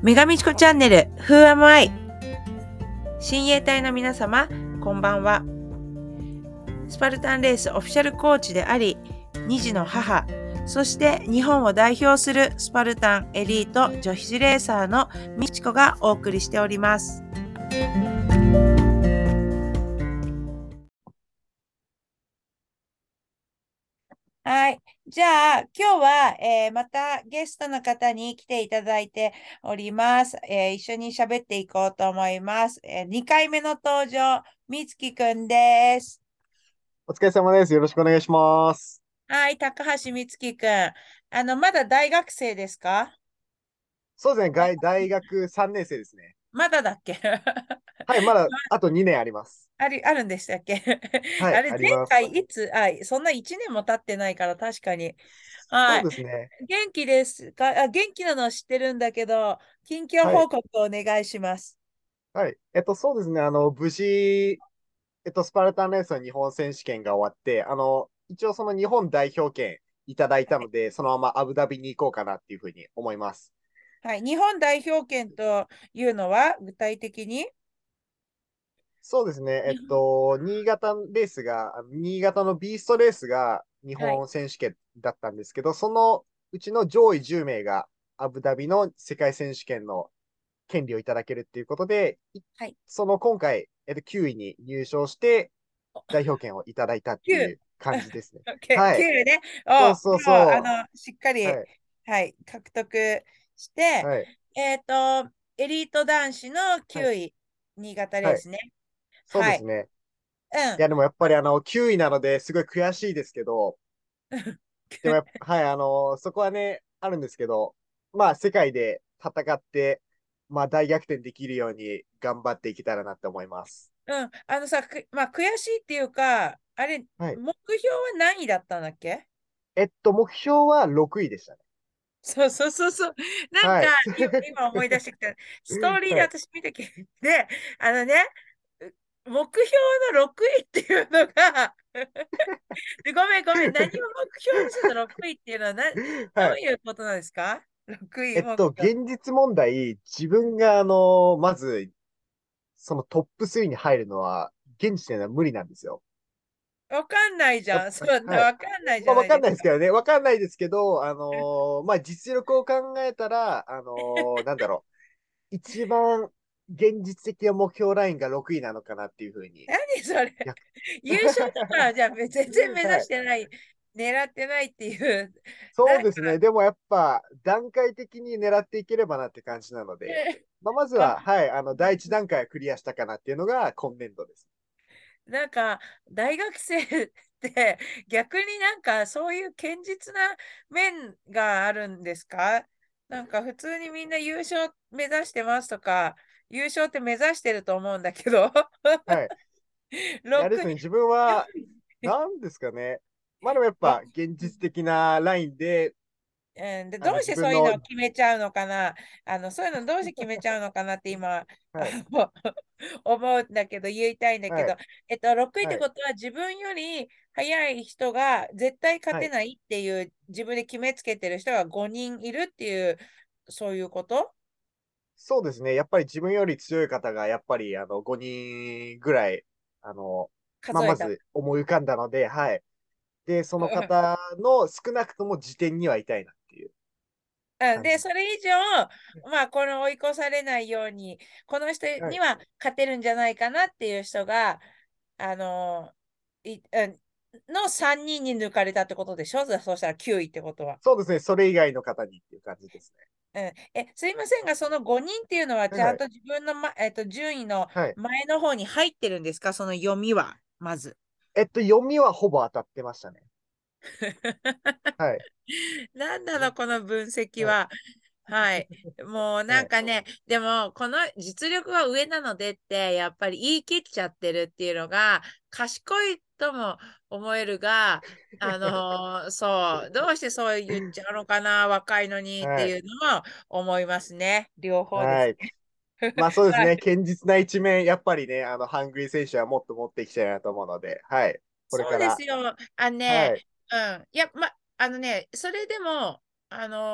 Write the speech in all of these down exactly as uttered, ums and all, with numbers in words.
女神チコチャンネル Who am I? 親衛隊の皆様、こんばんは。スパルタンレースオフィシャルコーチであり、に児の母、そして日本を代表するスパルタンエリート女子レーサーのみちこがお送りしております。はい。じゃあ、今日は、えーまたゲストの方に来ていただいております。えー一緒に喋っていこうと思います。えにかいめの登場、みつきくんです。 お疲れ様です。よろしくお願いします。 はい、高橋みつきくん。あの、まだ大学生ですか？ そうですね。外大学さんねん生ですね。 まだだっけ？ はい、まだあとにねんあります。 あり、あるんでしたっけ？ はい、 あれ、前あります。 回いつ、あ、そんないちねんも経ってないから確かに。 そはい。 うですね。 元気ですか？あ、元気なのは知ってるんだけど、近況はい、 報告をお願いします。 はい。えっと、そうですね。あの、無事、えっと、スパルタンレースの日本選手権が終わって、あの、一応その日本代表権いただいたので、そのままアブダビに行こうかなっていうふうに思います。 はい。日本代表権というのは具体的に？ そうですね。えっ日本と、新潟レースが、あの新潟のビーストレースが日はい。 本選手権だったんですけど、そのうちの上位じゅう名がアブダビの世界選手権の権利をいただけるっていうことで、いはい。 その今回、えっと、きゅういに入賞してお代表権をいただいたってきゅう。 いう感じですね。 きゅうはい。 ね。お、 そうそうじゃあ、あその、しっかう。 り、 はい。 はい、獲得して、 はい。 えっと、エリート男子のはい。 きゅうい、新潟ではい。 すね。はい。 そうですね。 うん。 いや、でもやっぱりあの、きゅういなのですごい悔しいですけど、でもやっぱ、はい、あの、そこはね、あるんですけど、まあ、世界で戦って、まあ、大逆転できるように頑張っていけたらなって思います。 うん。あのさ、くまあ、悔しいっていうか、あれ、 はい。 目標は何位だったんだっけ？ えっと、目標はろくいでしたね。 そうそうそうそう。なんか、 はい。 い今思い出してきた。ストーリーではい。 私見てきて、あのね、目標のろくいっていうのがでごめんごめん、何を目標にするの？ ろく 位っていうのはな、どはい。 ういうことなんですか？ ろく 位えっと、 目標。 現実問題、自分が、あの、まず、そのトップスリーに入るのは、現時点では無理なんですよ。 わかんないじやっゃん。そうね、 はい。 わかんないじまあ、わかんゃないですか。 ないですけどね。わかんないですけど、あのーまあ、実力を考えたら、あのーなんだろう。一番現実的な目標ラインがろくいなのかなっていうふうに。 何それ。 や優勝とかはじゃあ全然目指はい。 してない、狙ってないっていう。なんか、 そうですね。でもやっぱ、段階的に狙っていければなって感じなので、まあ、まずあ、 は、はい、あの、第一段階はクリアしたかなっていうのが今年度です。 なんか、大学生って逆になんかそういう堅実な面があるんですか？なんか普通にみんな優勝目指してますとか、優勝って目指してると思うんだけど、 はい。いやです 6 ね、 位、 自分は、 よんい、 なんですかね。まあでもやっぱろ現実的なラインで、 うん、で、どあのうしてそういうの自分の、 を決めちゃうのかな。あの、そういうのどうして決めちゃうのかなって今、あはい、 の思うんだけど、言いたいんだけど、 はい、 えっと、ろくいってはい、 ことは自分より速い人が絶対勝はい。 てないっていう自分で決めつけてる人がごにんいるっていう、そういうこと？ そうですね。やっぱり自分より強い方が、やっぱりあのごにんぐらい、あの、まあ、 数えた。 まず思い浮かんだので、はい。で、その方の少なくとも辞典にはいたいなっていううんで、 感じ。 それ以上、まあ、この追い越されないように、この人はい。 には勝てるんじゃないかなっていう人が、あのい、うんのさんにんにんに抜かれたってことでしょ？そうしたらきゅういってことは。 そうですね。それ以外の方にっていう感じですうん、え、すいませんが、そのごにんっていうのはね。はい。 ちゃんと自分の、ま、えっと、順位のはい。 前の方に入ってるんですか？その読みは、まず。 えっと、読みはほぼ当たってましたね。はい。 なんだろう、この分析はい。 は。はい。もうなはい。 んかね、でも、この実力が上なのでって、やっぱり言い切っちゃってるっていうのが、賢いとも思えるが、あのーそう、どうしてそう言っちゃうのかな、若いのにってはい。 いうのも思いますね。両方ではい。 すね。 まあそうですね。 はい。 堅実な一面、やっぱりね、あの、ハングリー選手はもっと持っていきたいなと思うので、はい。これそうでから、 すよ。あのね、 はい。 うん。いや、ま、あのね、それでも、あの、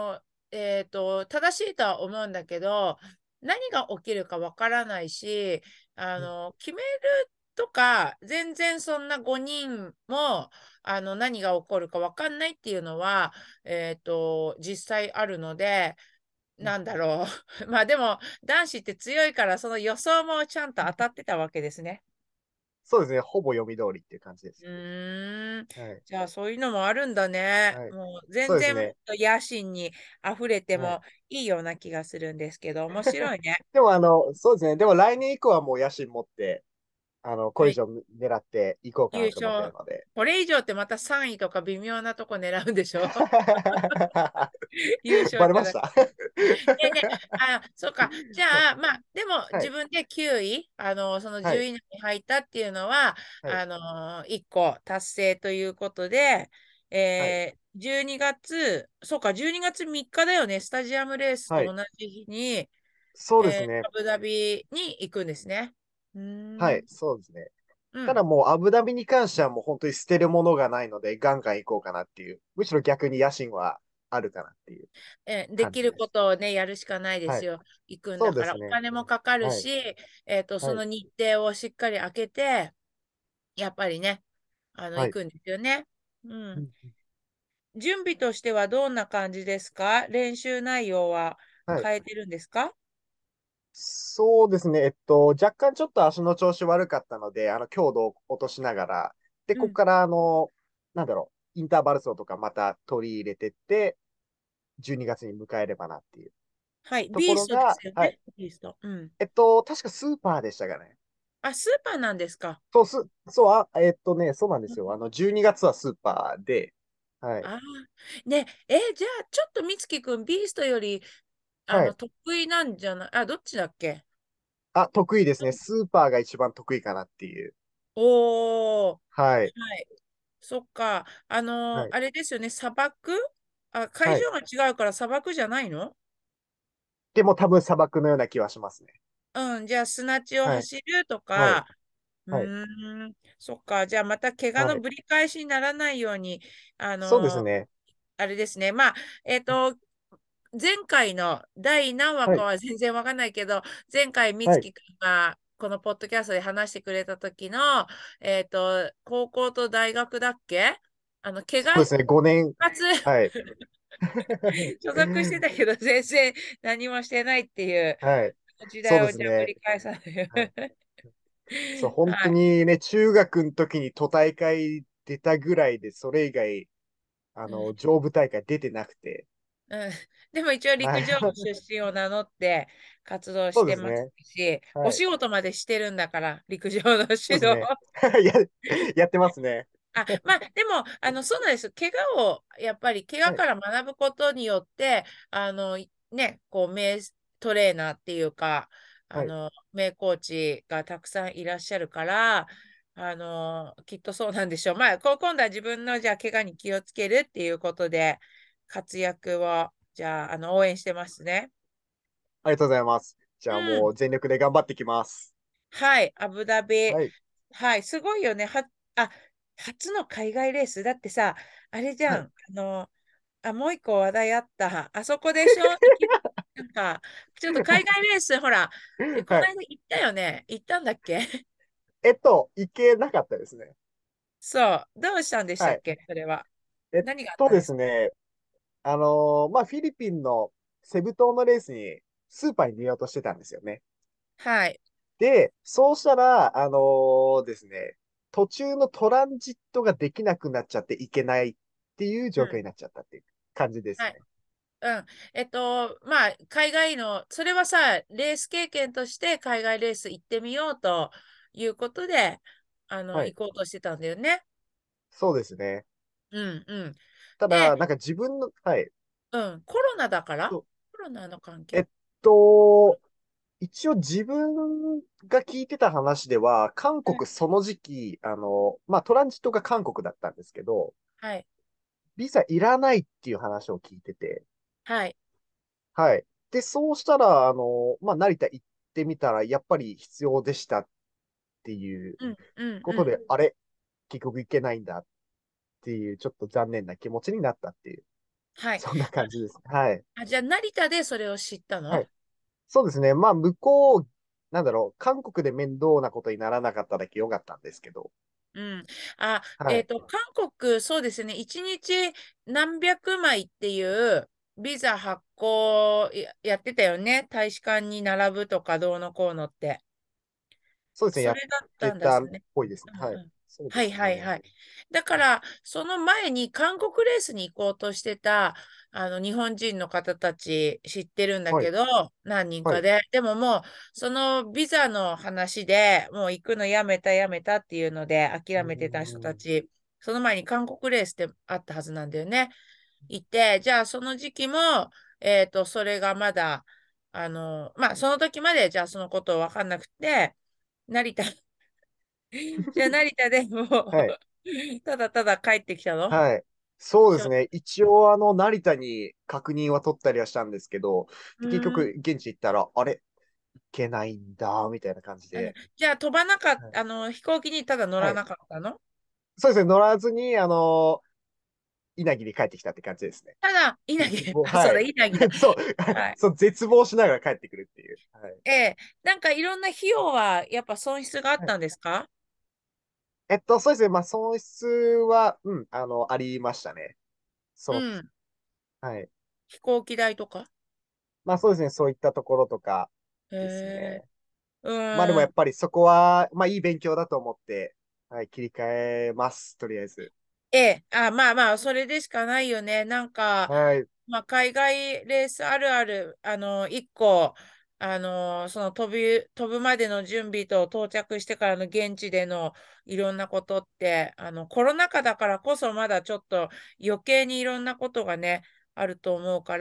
えっと、正しいとは思うんだけど、何が起きるかわからないし、あの、決めるとか、全然そんなごにんも、あの、何が起こるかわかんないっていうのは、えっと、実際あるので、なんだろう。まあでも、男子って強いから、その予想もちゃんと当たってたわけですね。 そうですね。ほぼ読み通りっていう感じでうす。 ーん。 はい。 じゃあ、そういうのもあるんだね。 はい。 もう、全然もっそうですね。 と野心に溢れてはい。 もいいような気がするんですけど、面白いね。 でも、あの、そうですね。でも来年以降はもう野心持って、あの、こはい。 れ以上狙っていこうかなと思ってる優勝。 ので。 これ以上ってまたさんいとか微妙なとこ狙うんでしょ？優勝じゃなくて。 バレました。 ねね、あ、そうか。じゃあ、まあ、でもはい。 自分できゅうい、あの、その10 はい。 位以内に入ったっていうのは、 はい。 あの、いっこ達成ということで、 はい。 えー、じゅうにがつ、そうか、じゅうにがつみっかだよね、スタジアムレースはい。 と同じ日に、えー、 そうですね。 アブダビに行くんですね。うーはい。 ん、 そうですね。 うん。 ただもうアブダビに関してはもう本当に捨てるものがないので、ガンガン行こうかなっていう。むしろ逆に野心はあるかなっていうえーできるこ感じです。 とをね、やるしかないではい。 すよ。行くんだから、おそうですね。 金もかかるはい。 し、えっと、そはい。 の日程をしっかり開けて、やっぱりね、あの、 はい。 行くんですよね。うん。 うん。 準備としてはどんな感じですか？練習内容ははい。 変えてるんですか？ そうですね。えっと、若干ちょっと足の調子悪かったので、あの、強度を落としながら、で、 うん。 ここから、あの、なんだろう、インターバル走とかまた取り入れてって、じゅうにがつに迎えればなっていうはい。 とビーストでころが、はい。 すよね。ビースト。うん。 えっと、確かスーパーでしたかね。 あ、スーパーなんですか？ そう、す、そう、あ、えっとね、そうなんでうん。 すよ。あの、じゅうにがつはスーパーで、はい。 ああ。ね、え、じゃあ、ちょっとみつきくん、ビーストより、あの、 はい。 得意なんじゃない？あ、どっちだっけ？ あ、得意ですね。スーパーが一番得意かなっていう。 おー。 はい。 はい。そっか。あのーはい。 あれですよね、砂漠。あ、会はい。 場が違うから砂漠じゃないの？ でも多分砂漠のような気はしますね。 うん、じゃあ砂地をはい。 走るとはい。 か、うはい。 ーん、そっか。じゃあまた怪我はい。 のぶり返しにならないように、あそうですのーね。 あれですね。まあ、えっと、前回の第何話はい。 かは全然わかんないけど、前回美はい。 月くんがこのポッドキャストで話してくれた時の、えっと、高校と大学だっけ？あの、怪我、 そうですね。ごねん。 復活はい。 所属してたけど、全然何もしてないっていうはい。 時そう代をじゃあぶですね。 り返さない。 はい。そう、本当はい。 にね、中学の時に都大会出たぐらいで、それ以外、あうん。 の、上部大会出てなくて。 うん、でも一応はい。 陸上部出身を名乗って活動してますそうですね。 し、おはい。 仕事までしてるんだから、陸上の指導。 そうですね。や、やってますね。 あ、まあ、でも、あの、そうなんです。怪我を、やっぱり、怪我はい。 から学ぶことによって、あの、ね、こう、名トレーナーっていうか、あはい。 の、名コーチがたくさんいらっしゃるから、あの、きっとそうなんでしょう。まあ、こう今度は自分の、じゃあ、怪我に気をつけるっていうことで、活躍を、じゃあ、あの、応援してますね。 ありがとうございます。じうゃあもん。 う全力で頑張ってきます。 はい、アブダビ。 はい。 はい、すごいよね。は、あ、初の海外レース。だってさ、あれじはい。 ゃん。あの、あ、もう一個話題あった。あそこでしょ？行きなんか、ちょっと海外レース、ほら、え、こはい。 の間行ったよね。行ったんだっけ？ えっと、いけなかったですね。 そう。どうしたんでしたはい。 っけそれは？ えっ何があっとでたんですか？ すね、あのーまあ、フィリピンのセブ島のレースにスーパーに出ようとしてたんですよね。 はい。 で、そうしたら、あのーですね、途中のトランジットができなくなっちゃっていけないっていううん。 状況になっちゃったっていう感じですはい。 ね。 うん。えっと、まあ、海外の、それはさ、レース経験として海外レース行ってみようということで、あの、 はい。 行こうとしてたんだよね。 そうですね。 うんうん。で、 ただ、なんか自分の、はい。 うん、コロナだからそうコロナの関えっ係？ と、一応自分が聞いてた話では、韓うん。 国その時期、あの、まあ、トランジットが韓国だったんですけど、 はい。 ビザいらないっていう話を聞いてて、 はい。 はい。で、そうしたら、あの、まあ、成田行ってみたら、やっぱり必要でしたっていううんうんうん。 ことで、あれ、結局行けないんだっていう、ちょっと残念な気持ちになったっていうはい。 そんな感じです。はい。 あ、じゃあ、成田でそれを知ったの？ はい。そうですね。まあ、向こう、なんだろう、韓国で面倒なことにならなかっただけ良かったんですけど。 うん。あ、 はい。 えっと、韓国、そうですね。いちにち何百枚っていうビザ発行や、やってたよね。大使館に並ぶとかどうのこうのって。 そうですね。やっそれだったんでてたっすね。 ぽいですね。はい。 うんうん。 そうではいすね。 はいはい。だから、その前に韓国レースに行こうとしてた、あの、日本人の方たち知ってるんだはい。 けど、何人はい。 かで。でももう、そのビザの話でもう行くのやめたやめたっていうのでう諦めてた人ーん。 たち、その前に韓国レースってあったはずなんだよね。行って、じゃあその時期も、えっと、それがまだ、あの、まあ、その時まで、じゃあそのこと分かんなくて、成田じゃあ成田でもはい。 うただただ帰ってきたの？ はい。そうでしょすね。一応、あの、成田に確認は取ったりはしたんですけど、 うで結局、 ーん。 現地行ったら、あれ、行けないんだ、みたいな感じあので。 じゃあ飛ばなかっはい。 た、あの、飛行機にただ乗はい。 らなかったの？ そうですね。乗らずに、あの、稲城に帰ってきたって感じですね。 ただ、稲城、 絶望。 あ、そうだ、 はい。 稲城だ。 そう。 はい。 そう、絶望しながら帰ってくるっていう。はい。 ええ、なんかいろんな費用はやっぱ損失があっはい。 たんですか？ えっと、そうですね。まあ、損失は、うん、あの、ありましたね。その、 うん。 はい。 飛行機代とか。 まあ、そうですね。そういったところとかへですえ。 ね。 うまあ、でもーん。 やっぱりそこは、まあ、いい勉強だと思って、はい、切り替えます。とりあえず。 ええ、あ、まあまあ、それでしかないよね。なんか、 はい。 まあ、海外レースあるある、あの、一個、あの、その飛び、飛ぶまでの準備と到着してからの現地でのいろんなことって、あの、コロナ禍だからこそまだちょっと余計にいろんなことがね、あると思うから、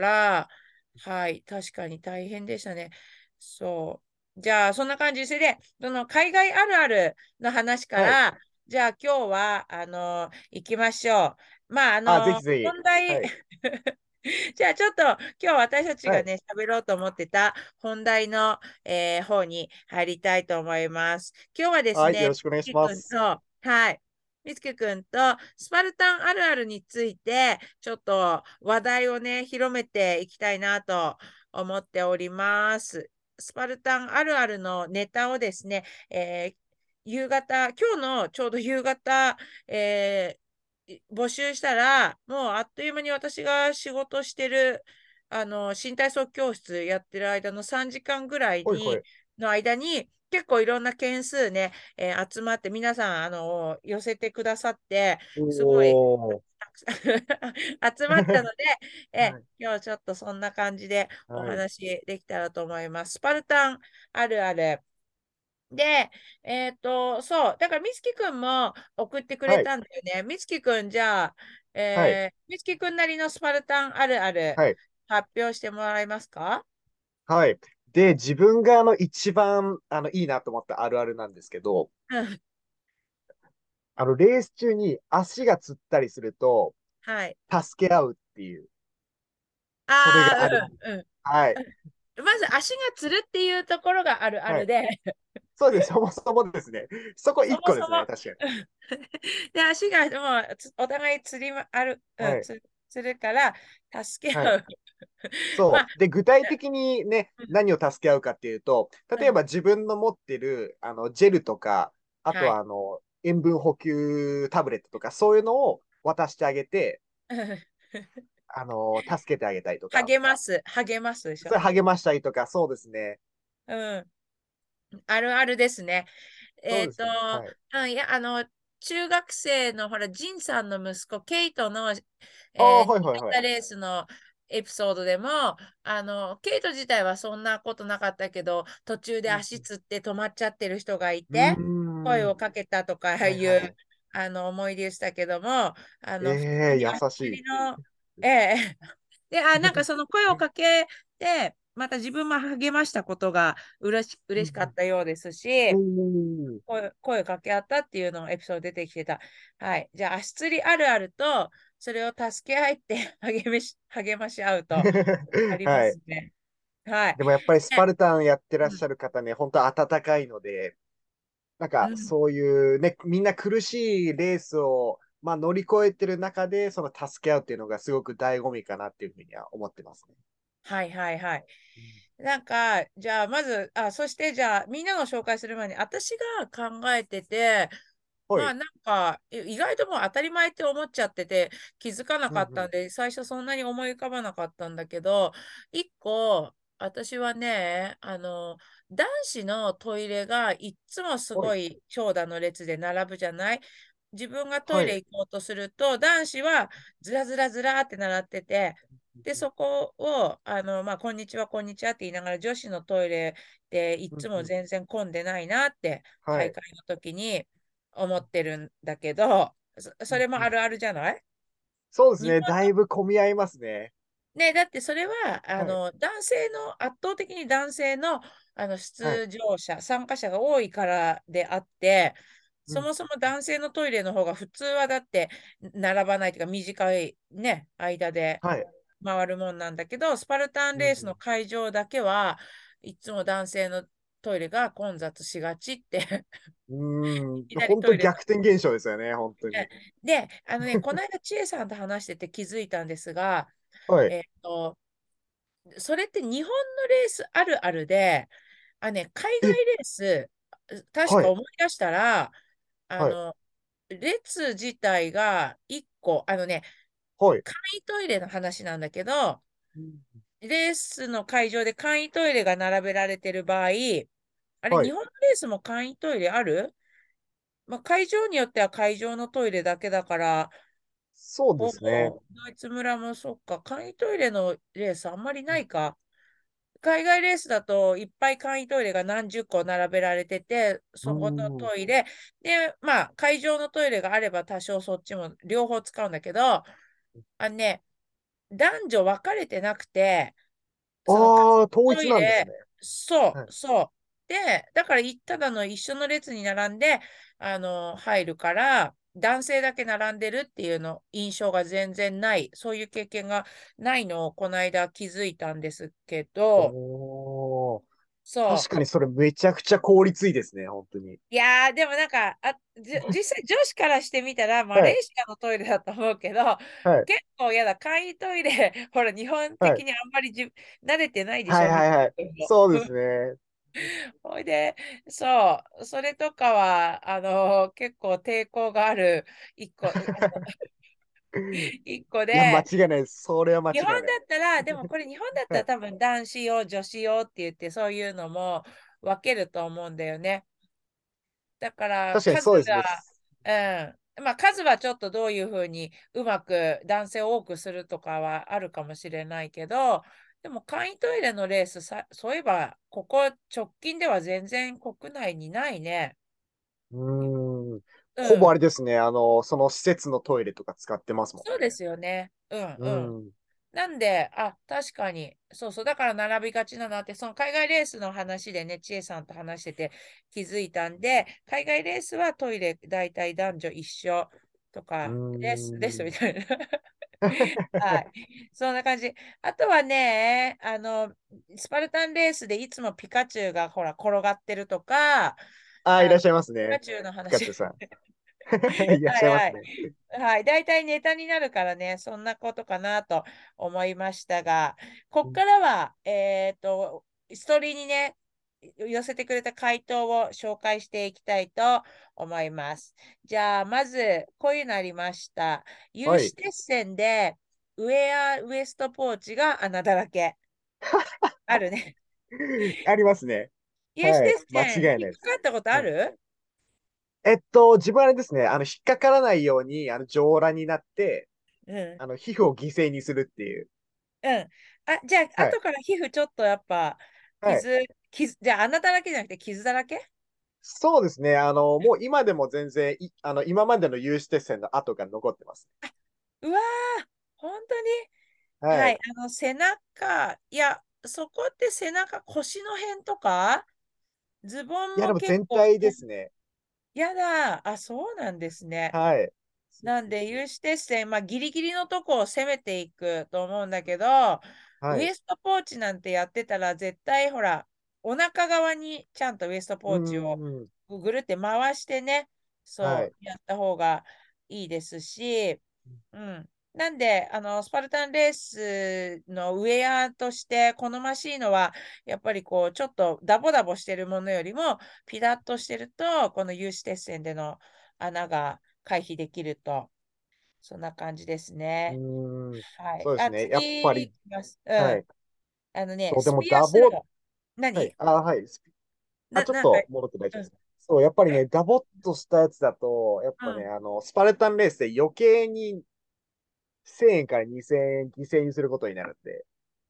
はい、確かに大変でしたね。そう。じゃあ、そんな感じで、で、その海外あるあるの話かはい。 ら、じゃあ今日は、あの、行きましょう。まあ、ああ、ぜの、 ひぜひ。 本題はい。 じゃあちょっと今日私たちはい。 がね、喋ろうと思ってた本題の、えー方に入りたいと思います。今日はですはい。よね、 ろしくお願いしみつきくんます。 と、はい、みつきくんとスパルタンあるあるについて、ちょっと話題をね、広めていきたいなと思っております。スパルタンあるあるのネタをですね、えー夕方、今日のちょうど夕方、えー募集したら、もうあっという間に私が仕事してる、あの、新体操教室やってる間のさんじかんぐらいに、 ほいほい。 の間に、結構いろんな件数ね、えー集まって、皆さん、あの、寄せてくださって、すごい、 おー。 たくさん集まったので、え、 はい。 今日ちょっとそんな感じでおはい。 話できたらと思います。スパルタンあるある。で、えっと、そう。だから、みつきくんも送ってくれはい。 たんだよね。みつきくん、じゃあ、 はい。 えー、みつきくんなりのスパルタンあるあるはい。 発表してもらえますか？ はい。で、自分があの一番あのいいなと思ったあるあるなんですけど、 うん。 あのレース中に足がつったりするとはい。 助け合うっていう、それがああるある。 あ、うん、 はい。 うん。まず、足がつるっていうところがあるあはい。 るで、 そうです。そもそもですね。そこそもそも、 一個ですね。確かに。 うんで、足がもうつお互いつりま、ある、うん、 はい。 つ、つるから、助けはい。 合う。まあ、 そう。で、具体的にね、 うん、 何を助け合うかっていうと、 うん、 例えば自分の持ってる、あの、ジェルとか、あとはい。 は、あの、塩分補給タブレットとか、そういうのを渡してあげて、 うんあの、助けてあげたりとか、 励ます、励ますでしょ。 それ励ましたりとか、そうですね。 うん。あるあるですね。えっと、 そうですね。はい。 うん、いや、あの、中学生のほら、ジンさんの息子、ケイトの、 ああ、 えー、 はいはいはい。 レースのエピソードでも、あの、ケイト自体はそんなことなかったけど、途中で足つって止まっちゃってる人がいうん。 て、声うーん。 をかけたとかいう、 はいはい。 あの、思い出したけども、あの、普通ええ、優に足しい。 つりの、ええで、あ、なんかその声をかけて、また自分も励ましたことがうれし、嬉しかったようですおし、 ー。 声、声を掛け合ったっていうのがエピソード出てきてた。はい。じゃあ、足つりあるあると、それを助け合いって励めし、励まし合うとありまはい。 すね。はい。 でもやっぱりスパね、 ルタンやってらっうん、 しゃる方ね、本当温かいので、なんかうん、 そういうね、みんな苦しいレースをまあ乗り越えてる中で、その助け合うっていうのがすごく醍醐味かなっていうふうには思ってますね。 はいはいはい。 うん。 なんか、じゃあ、まず、あ、そしてじゃあ、みんなの紹介する前に、私が考えてて、 はい。 まあなんか、い意外ともう当たり前って思っちゃってて、気づかなうんうん。 かったんで、最初そんなに思い浮かばなかったんだけど、一個、私はね、あの、男子のトイレがいっつもすはい。 ごい長蛇の列で並ぶじゃない。自分がトイはい。 レ行こうとすると、男子はずらずらずらって並ってて、で、そこを、あの、まあ、こんにちは、こんにちはって言いながら、女子のトイレでいつもうんうん。 全然混んでないなって、 はい。 大会の時に思ってるんだけど、そ、それもうんうん。 あるあるじゃない。 そうですね。 日本の、 だいぶ混み合いますね。 ね、だってそれは、あはい。 の、男性の、圧倒的に男性の、あの、 はい。 出場者、参加者が多いからであって、 うん。 そもそも男性のトイレの方が普通はだって並ばないというか短いね、間ではい。 回るもんなんだけど、スパルタンレースのうん会場だけはいつも男性のトイレが混雑しがちってうん。ういきーん。 なりトイレの本当逆転現象ですよね。本当に。 ね。で、あのね、この間、千恵さんと話してて気づいたんですが、 はい。 えっと、それって日本のレースあるあるで、あ、ね、海え、 外レース、確はい。 か思い出したら、あはい。 の、列自体がいっこ、あのね、 はい。 簡易トイレの話なんだけど、 うん。 レースの会場で簡易トイレが並べられてる場合、あれ、 はい。 日本のレースも簡易トイレある？まあ、会場によっては会場のトイレだけだから、 そうでほすね。 ぼ、ドイツ村もそっか、簡易トイレのレースあんまりないか。海外レースだといっぱい簡易トイレが何十個並べられてて、 うそこのん。 トイレ、で、まあ、会場のトイレがあれば多少そっちも両方使うんだけど、あのね、男女分かれてなくて、そのああ、統ト一イレ、 なんですね。 そはい。 う、そう。で、だからいただの一緒の列に並んで、あの、入るから、男性だけ並んでるっていうの印象が全然ない、そういう経験がないのをこの間気づいたんですけど、 おー。 そう。 確かにそれめちゃくちゃ効率いいですね。本当に。 いやー、でもなんか、あ、じ実際女子からしてみたら、マはい。 レーシアのトイレだと思うけど、 はい。 結構やだ、簡易トイレ、ほら、日本はい。 的にあんまりじ慣れてないでしはいょ、日はいはい。 本も。 そうですね。 ほいで、そう、それとかは、あの、結構抵抗がある一個、あの一個いや、間違で、 いないです。それは間違日本だいない。 ったら、でもこれ日本だったはい。 ら多分男子用、女子用って言って、そういうのも分けると思うんだよね。だから確かに数そうですね。 が、うん。まあ数はちょっとどういうふうにうまく男性を多くするとかはあるかもしれないけど、でも簡易トイレのレースさ、そういえば、ここ直近では全然国内にないね。 うーん。 うほぼあん。 れですね。あの、その施設のトイレとか使ってますもんね。 そうですよね。うんううん。 ん。 なんで、あ、確かに、そうそう、だから並びがちだなって、その海外レースの話でね、千恵さんと話してて気づいたんで、海外レースはトイレ大体男女一緒とうーかです、ですみん。 たいな。はい。そんな感じ。あとはね、あの、スパルタンレースでいつもピカチュウがほら転がってるとか、 ああ、いあの、 らっしゃいますね。 ピカチュウのピカ話。 チュウさん。いらっはいはい。 しゃいますね。 はい。大体ネタになるからね、そんなことかなと思いましたが、こっからは、えっと、ストーリーにね、寄せてくれた回答を紹介していきたいと思います。じゃあ、まず、こういうのありました。有はい。 刺鉄線で、ウェアウエストポーチが穴だらけ。あるね。 ありますね。 有刺はい。間鉄線、引っか違いないです。 かったことあはい。 る？ えっと、自分あれですね。あの、引っかからないように、あの、上裸になって、 うん。 あの、皮膚を犠牲にするっていう。 うん。あ、じゃあ、 はい。 後から皮膚ちょっとやっぱ、 はい。 傷、傷、じゃあ穴だらけじゃなくて傷だらけ？ そうですね。あの、もう今でも全然い、あの、今までの有刺鉄線の跡が残ってます。 うわー、本当に。はい、 はい。 あの、背中、いや、そこって背中、腰の辺とか、ズボンいや、でもも結構、 全体ですね。 やだ、あ、そうなんですね。 はい。そうなんで、 そうそう。 有刺鉄線、まあ、ギリギリのとこを攻めていくと思うんだけど、 はい。 ウエストポーチなんてやってたら、絶対、ほら、お腹側にちゃんとウエストポうーチをんうんうん。 ぐるって回してね、 はい。 そう、やった方がいいですし、うん。なんで、あの、スパルタンレースのウェアとして好ましいのは、やっぱりこう、ちょっとダボダボしてるものよりも、ピタッとしてると、この有刺鉄線での穴が回避できると、そんな感じですうね。 ーん。 はい。あ、 そうですね。やっぱり、 次いきます。うん。 はい。 あのね、 そう、でもスピアダボ、 スロー。何はい。あ、はい。スピあ、 な、 ちょっなんか、 と戻って大丈夫うん、 ですか？そう、やっぱりね、ダボっとしたやつだと、やっぱね、 うん。 あの、スパルタンレースで余計にせんえんからにせんえん犠牲にすることになるんで、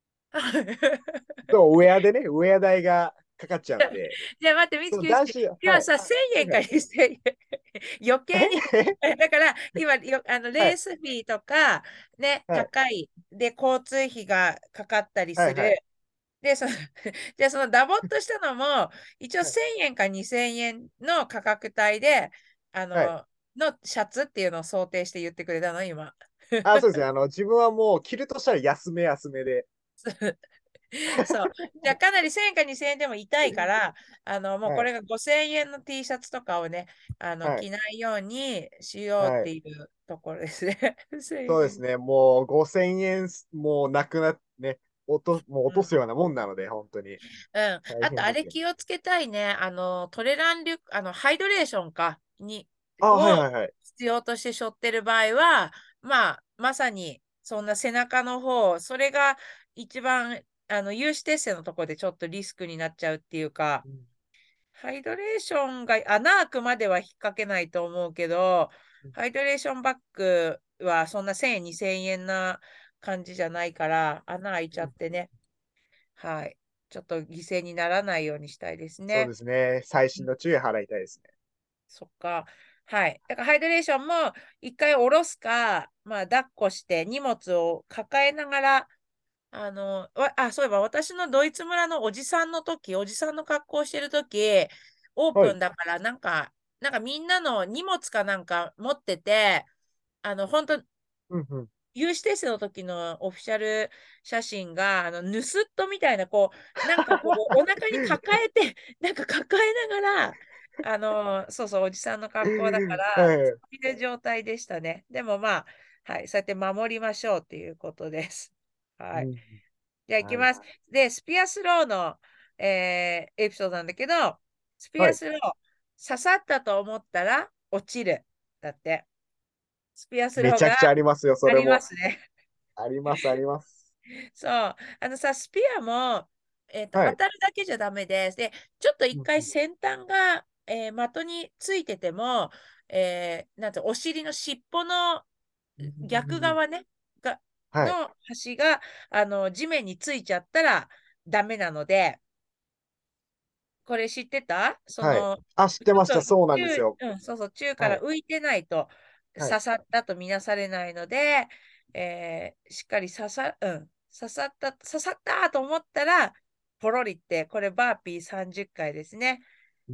そう、ウェアでね、ウェア代がかかっちゃうんで、 じゃあ待って、みつき、みつき。 その男子、はい。 今さ、1000円かはいはい。 にせんえん。余計に。 えだから、今、よあのはい。 レースフィーとか、ね、 はい。 高い。で、交通費がかかったりはい。はい。 する。で、その、じゃあそのダボっとしたのも、一応はい。 せんえんかにせんえんの価格帯で、あはい。 の、のシャツっていうのを想定して言ってくれたの、今。 あ、そうですね。あの、自分はもう着るとしたら安め安めで。 そう。じゃあかなりせんえんかにせんえんでも痛いから、あの、もうはい。 これがごせんえんの T シャツとかをね、あの、 はい。 着ないようにしようっはい。 ていうところですね。1000円。 そうですね。もうごせんえん、もうなくなってね、落と、もう落うん。 とすようなもんなので、本当にうん。 大あと、あれ変ですよね。 気をつけたいね。あの、トレランリュック、あの、ハイドレーションか、に、 あ、はをいはいはい。 必要として背負ってる場合は、まあ、まさに、そんな背中の方、それが一番、あの、有刺鉄線のところでちょっとリスクになっちゃうっていうか、 うんハイドレーションが穴開くまでは引っ掛けないと思うけど、ハイドレーションバッグはそんなせんえん、にせんえんな感じじゃないから、穴開いちゃってね。はい。ちょっと犠牲にならないようにしたいですそうね。 ですね。細うん、 心の注意払いたいですね。 そっか。はい。だからハイドレーションも一回下ろすか、まあ、抱っこして荷物を抱えながら、あの、わあ、そういえば私のドイツ村のおじさんの時、おじさんの格好してる時、オーはい。 プンだからなんか、なんかみんなの荷物かなんか持ってて、あの、本当うんうん。 有刺鉄線の時のオフィシャル写真が、あの、盗人みたいな、こう、なんかこう、お腹に抱えて、なんか抱えながら、あの、そうそう、おじさんの格好だから、 はい。 そういう状態でしたね。でもまあ、はい、そうやって守りましょうっていうことです。はい。 うん。 じゃあ行きはい。 ます。で、スピアスローの、えーエピソードなんだけど、スピはい。 アスロー、刺さったと思ったら落ちる。だって。スピアスローがめちゃくちゃありますよ、そありまれも。 すね。 あります、あります。 そう。あのさ、スピアも、えーと、 はい。 当たるだけじゃダメです。で、ちょっと一うんうん回先端が、えー的についてても、えーなんてお尻の尻尾のうん逆うん。 側ね、が、 はい。 の端が、あの、地面についちゃったらダメなので、これ知ってたそはい。 の、 あ、知っちょってました。そうなんと宙、 ですよ。 うん、そうそう、宙かはい。 ら浮いてないとはい。 刺さったとみなされないので、えーしっかり刺さ、うん、刺さった、刺さったと思ったら、ポロリって、これバーピーさんじゅっかいですね。 うん。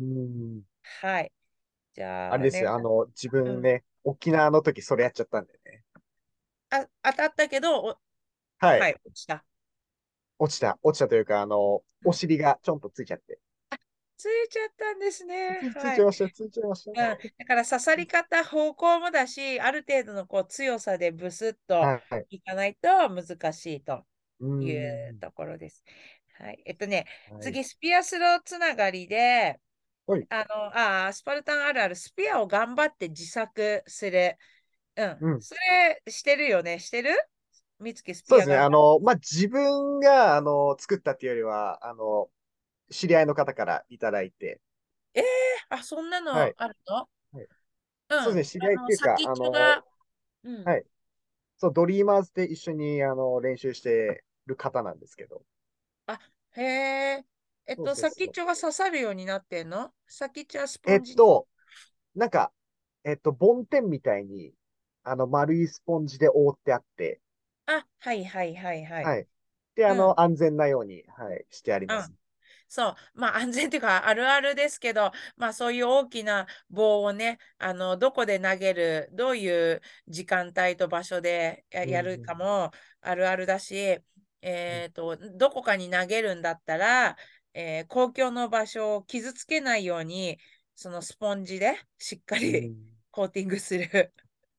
はい。じゃあね、 あれですよ。あの、自うん。 分ね、沖縄の時それやっちゃったんでね。 あ、当たったけど、おはい。 はい、落ちた。 落ちた。落ちたというか、あの、おうん尻がちょんとついちゃって。 ついちゃったんですね。 つい、ついはい。 ちゃいました。ついちゃいましうん、だから刺さり方、方向もだし、ある程度のこう強さでブスッとた。はい。 いかないと難しいとういうん。 ところです。はい。えっとね、 はい。 次、スピアスローつながりで、 はい。 あの、あー、スパルタンあるある、スピアを頑張って自作する。うん。 うん。 それ、してるよね。してるみつきスそうですね。 ピア頑張って。 あの、まあ、自分が、あの、作ったっていうよりは、あの、知り合いの方からいただいて、 えー、あ、そんなはい。 のあるの？ はい。 うん。 そうですね。知り合いあの、 っていうか、 先っあの、 ちょが、うん。 はい。そう、ドリーマーズで一緒に、あの、練習してる方なんですけど。 あ、へえ。えっと、 そうそうそう。 先っちょが刺さるようになってんの？先っちょはスポえっンジに。 と、なんか、えっと、梵天みたいに、あの、丸いスポンジで覆ってあって、 あ、はいはいはいはい。 はい。で、あうん。 の、安全なように、はい、してあります。 うん。そう。まあ安全っていうか、あるあるですけど、まあそういう大きな棒をね、あの、どこで投げる、どういう時間帯と場所でや、 うん、うやるかん、 もあるあるだし、 うん。 えっと、どこかに投げるんだったら、えー公共の場所を傷つけないように、そのスポンジでしっかりうんコーティングする。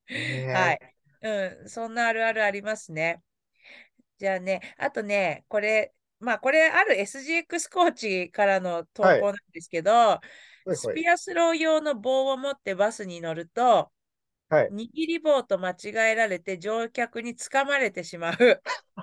はええ、 い。うん、そんなあるあるありますね。じゃあね、あとね、これ、まあこれある エスジーエックス コーチからの投はい。 稿なんですけど、 はいはい。 スピアスロー用の棒を持ってバスに乗ると、 はい。 握り棒と間違えられて乗客につかまれてしまう。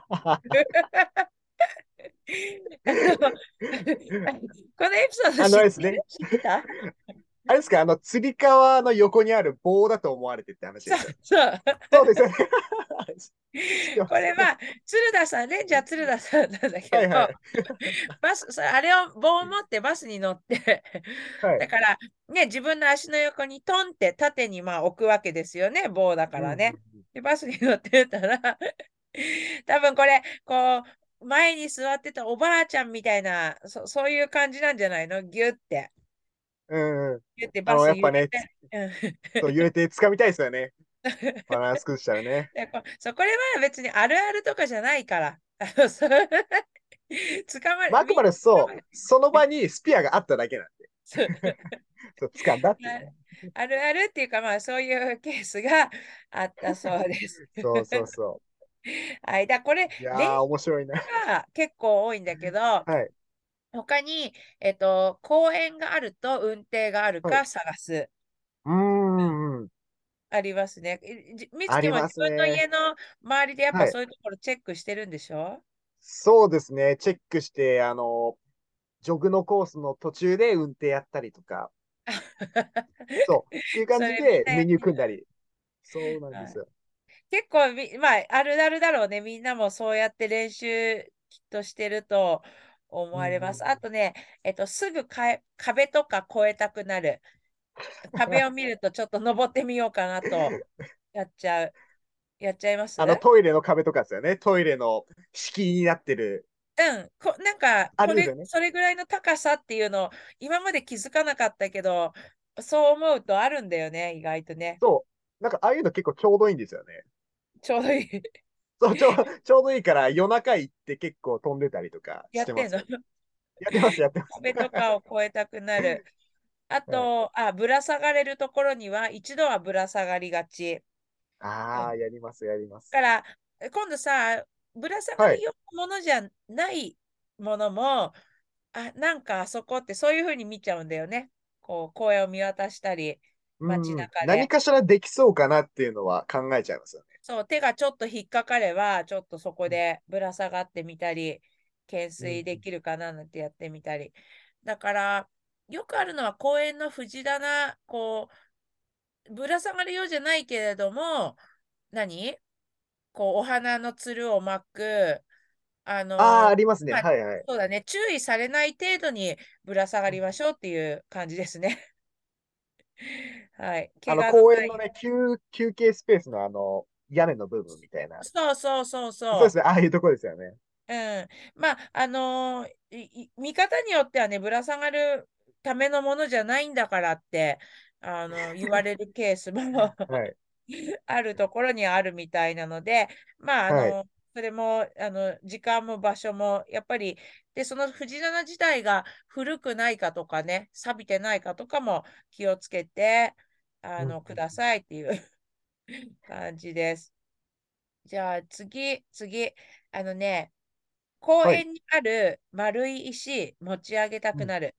あの、このエピソードあの、 知ってあれですね。 る知ってた？ あれですか、あの、つり革の横にある棒だと思われてって話そうですよね。 そう。 そうですよね。知ってます。 これは、鶴田さん、レンジャー鶴田さんなんだけど、 はいはい。 バス、それあれを棒を持ってバスに乗ってはい。 だから、ね、自分の足の横にトンって縦にまあ置くわけですよね、棒だかうんうんらね。 うん。 で、バスに乗ってたら多分これ、こう、前に座ってたおばあちゃんみたいな、そ、そういう感じなんじゃないの？ギュって、 うんうん。 ギュってあの、 バスやっぱね、つ揺れて。うんそう、揺れて掴みたいですよね。バランス崩したらね。 でこそう、これは別にあるあるとかじゃないから。あの、そう捕まれ、 まあ、あくみんまでそう、 な捕まれ、 その場にスピアがあっただけなんで。 そうそう、掴んだっていうね。 あるあるあるっていうか、まあ、そういうケースがあったそうです。 そうそうそはい。だこれ、 う。いやー、 練習面白いな。 が結構多いんだけど、 はい。 他に、えっと、公園があると運転があるはい。 か探す。 うーん、うん。 ありますね。いじみつきも自ありますね。 分の家の周りでやっぱはい。 そういうところチェックしてるんでしょ？ そうですね。チェックして、あの、ジョグのコースの途中で運転やったりとか、そう、っていう感それみんじでメニューなやってる。 組んだり。そうなんはい、 ですよ。 結構み、まあ、あるあるだろうね。みんなもそうやって練習きっとしてると思うんうんうわれます。あん。 とね、えっと、すぐかえ壁とか越えたくなる。壁を見るとちょっと登ってみようかなとやっちゃう。やっちゃいます？ あの、トイレの壁とかですよね。トイレの敷居になってる。 うん。こ、なんか、これ、 あれですよね。 それぐらいの高さっていうの、今まで気づかなかったけど、そう思うとあるんだよね、意外とね。 そう。なんか、ああいうの結構ちょうどいいんですよね。 ちょうどいい。 そう、ちょう、ちょうどいいから夜中行って結構飛んでたりとかやってんの？ してますよ。やってます、やってます。 壁とかを越えたくなる。あはい。 と、あ、ぶら下がれるところには一度はぶら下がりがち。うん。 ああ、やります、やります。 だから、え今度さ、ぶら下がはい。 り用のものじゃないものも、あ、なんかあそこってそういうふうに見ちゃうんだよね。こう、公園を見渡したり、街うんうん。 中で。 何かしらできそうかなっていうのは考えちゃいますよね。 そう、手がちょっと引っかかれば、ちょっとそこでぶら下がってみたり、懸うんうん。 垂できるかななんてやってみたり。だから、よくあるのは公園の藤棚、こう、ぶら下がるようじゃないけれども、何こう、お花のつるを巻く、あああ、あの、 りますね。 まあ、 はいはい。 そうだね、注意されない程度にぶら下がりましょうっていう感じですね。はい。 あの、 怪我のない。 公園のね、休、休憩スペースのあの、屋根の部分みたいな。 そうそうそうそそうですね。ああいうとこですよね。 う。うん。まあ、あのーいい見方によってはね、ぶら下がるためのものじゃないんだからって、あの、言われるケースもはい。 あるところにあるみたいなので、まあ、あはい。 の、それも、あの、時間も場所も、やっぱり、で、その藤棚自体が古くないかとかね、錆びてないかとかも気をつけて、あうんうんの、くだうん。 さいっていう感じです。じゃあ、次、次。あのね、公はい。 園にある丸い石持ち上げたうん。 くなる。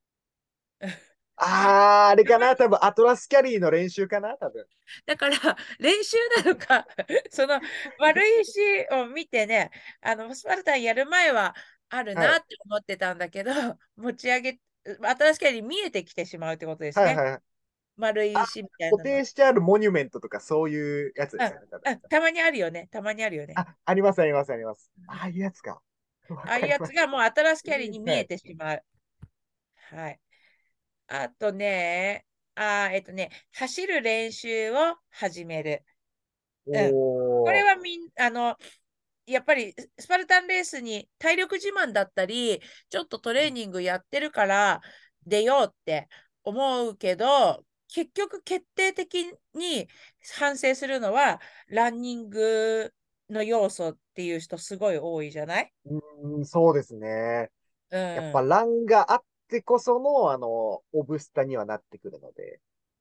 ああ、あれかな多分、アトラスキャリーの練習かな多分。 だから、練習なのか、その丸い石を見てね、あの、スパルタンやる前はあるはい。 なって思ってたんだけど、持ち上げ、新しくに見えてきてしまうってことですね。 はいはいはい。 丸い石みたい固なの。 定してあるモニュメントとかそういうやつでうん、 すよね、多分。 うん、たまにあるよね。たまにあるよね。 あ、あります、あります、あります。ああいうやつか。わああいうかります。 やつがもう新しキャリーに見えはい。 てしまう。はい。あとね、あー、えっとね、走る練習を始める。うん。これおー。 はみん、あの、やっぱりスパルタンレースに体力自慢だったり、ちょっとトレーニングやってるから出ようって思うけど、結局決定的に反省するのはランニングの要素っていう人すごい多いじゃない？ うん、そうですね。 うやっぱん。 ランがあってこその、あの、オブスタにはなってくるので。